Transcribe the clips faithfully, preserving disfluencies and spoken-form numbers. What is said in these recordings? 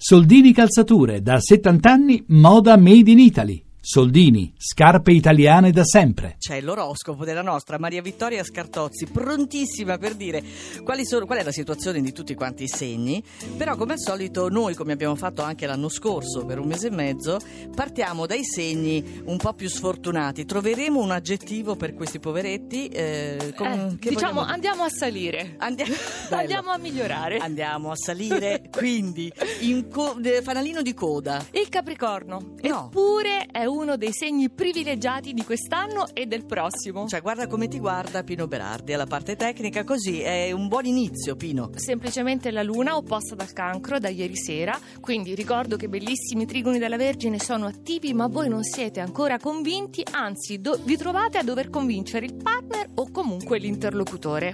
Soldini Calzature, da settanta anni, moda made in Italy. Soldini, scarpe italiane da sempre. C'è l'oroscopo della nostra Maria Vittoria Scartozzi, prontissima per dire quali sono, qual è la situazione di tutti quanti i segni. Però, come al solito, noi, come abbiamo fatto anche l'anno scorso per un mese e mezzo, partiamo dai segni un po' più sfortunati. Troveremo un aggettivo per questi poveretti? Eh, con, eh, che diciamo vogliamo... andiamo a salire. Andiamo, andiamo a migliorare. Andiamo a salire. Quindi, in co- fanalino di coda. Il Capricorno. No. Eppure è uno dei segni privilegiati di quest'anno e del prossimo. Cioè, guarda come ti guarda Pino Berardi alla parte tecnica, così è un buon inizio, Pino. Semplicemente la luna opposta dal Cancro da ieri sera, quindi ricordo che bellissimi trigoni della Vergine sono attivi, ma voi non siete ancora convinti, anzi do- vi trovate a dover convincere il partner o comunque l'interlocutore.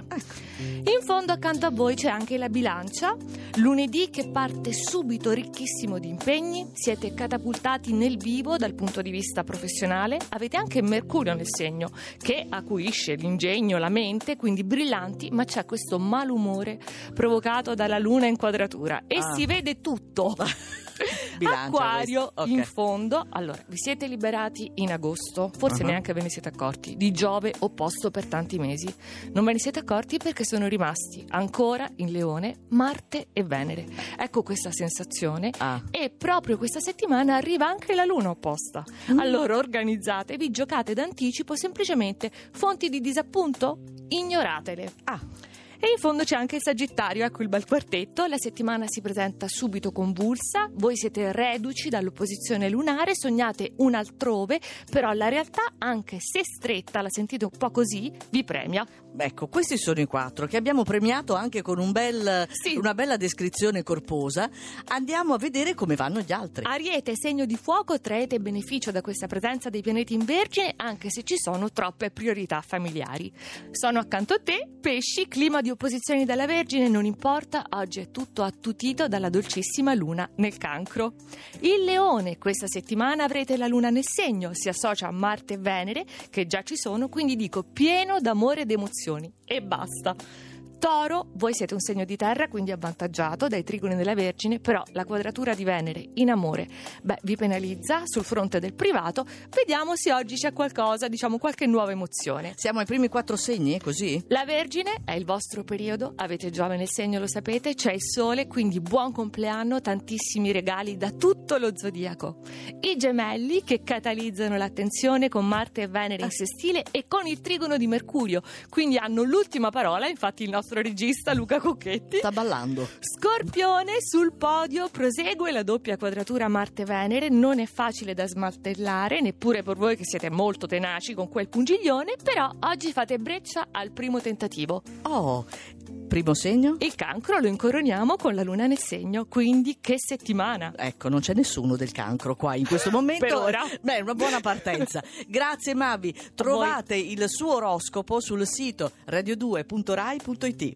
In fondo accanto a voi c'è anche la Bilancia, lunedì che parte subito ricchissimo di impegni, siete catapultati nel vivo dal punto di vista professionale, avete anche Mercurio nel segno che acuisce l'ingegno, la mente, quindi brillanti, ma c'è questo malumore provocato dalla luna in quadratura e ah. si vede tutto. Bilancia, Acquario okay. In fondo. Allora, vi siete liberati in agosto, forse uh-huh. neanche ve ne siete accorti, di Giove opposto per tanti mesi. Non ve ne siete accorti perché sono rimasti ancora in Leone Marte e Venere. Ecco questa sensazione ah. e proprio questa settimana arriva anche la luna opposta. mm. Allora organizzatevi, giocate d'anticipo, semplicemente fonti di disappunto? Ignoratele. Ah. E in fondo c'è anche il Sagittario, ecco il bel quartetto, la settimana si presenta subito convulsa, voi siete reduci dall'opposizione lunare, sognate un altrove, però la realtà, anche se stretta, la sentite un po' così, vi premia. Ecco, questi sono i quattro che abbiamo premiato anche con un bel, sì. una bella descrizione corposa. Andiamo a vedere come vanno gli altri. Ariete, segno di fuoco, traete beneficio da questa presenza dei pianeti in Vergine, anche se ci sono troppe priorità familiari. Sono accanto a te, Pesci, clima di opposizioni dalla Vergine, non importa, oggi è tutto attutito dalla dolcissima luna nel Cancro. Il Leone, questa settimana avrete la luna nel segno, si associa a Marte e Venere, che già ci sono, quindi dico pieno d'amore ed emozioni. E basta. Toro, voi siete un segno di terra, quindi avvantaggiato dai trigoni della Vergine, però la quadratura di Venere in amore, beh, vi penalizza sul fronte del privato. Vediamo se oggi c'è qualcosa, diciamo qualche nuova emozione. Siamo ai primi quattro segni, così? La Vergine è il vostro periodo, avete Giove nel segno, lo sapete, c'è il Sole, quindi buon compleanno, tantissimi regali da tutto lo zodiaco. I Gemelli che catalizzano l'attenzione con Marte e Venere in sestile e con il trigono di Mercurio, quindi hanno l'ultima parola, infatti il nostro regista Luca Cocchetti sta ballando. Scorpione, sul podio prosegue la doppia quadratura Marte-Venere, non è facile da smantellare neppure per voi che siete molto tenaci con quel pungiglione, però oggi fate breccia al primo tentativo. Oh, primo segno? Il Cancro lo incoroniamo con la luna nel segno, quindi che settimana. Ecco, non c'è nessuno del Cancro qua in questo momento. Per ora. Beh, una buona partenza. Grazie Mabi, trovate il suo oroscopo sul sito radio due punto rai punto it.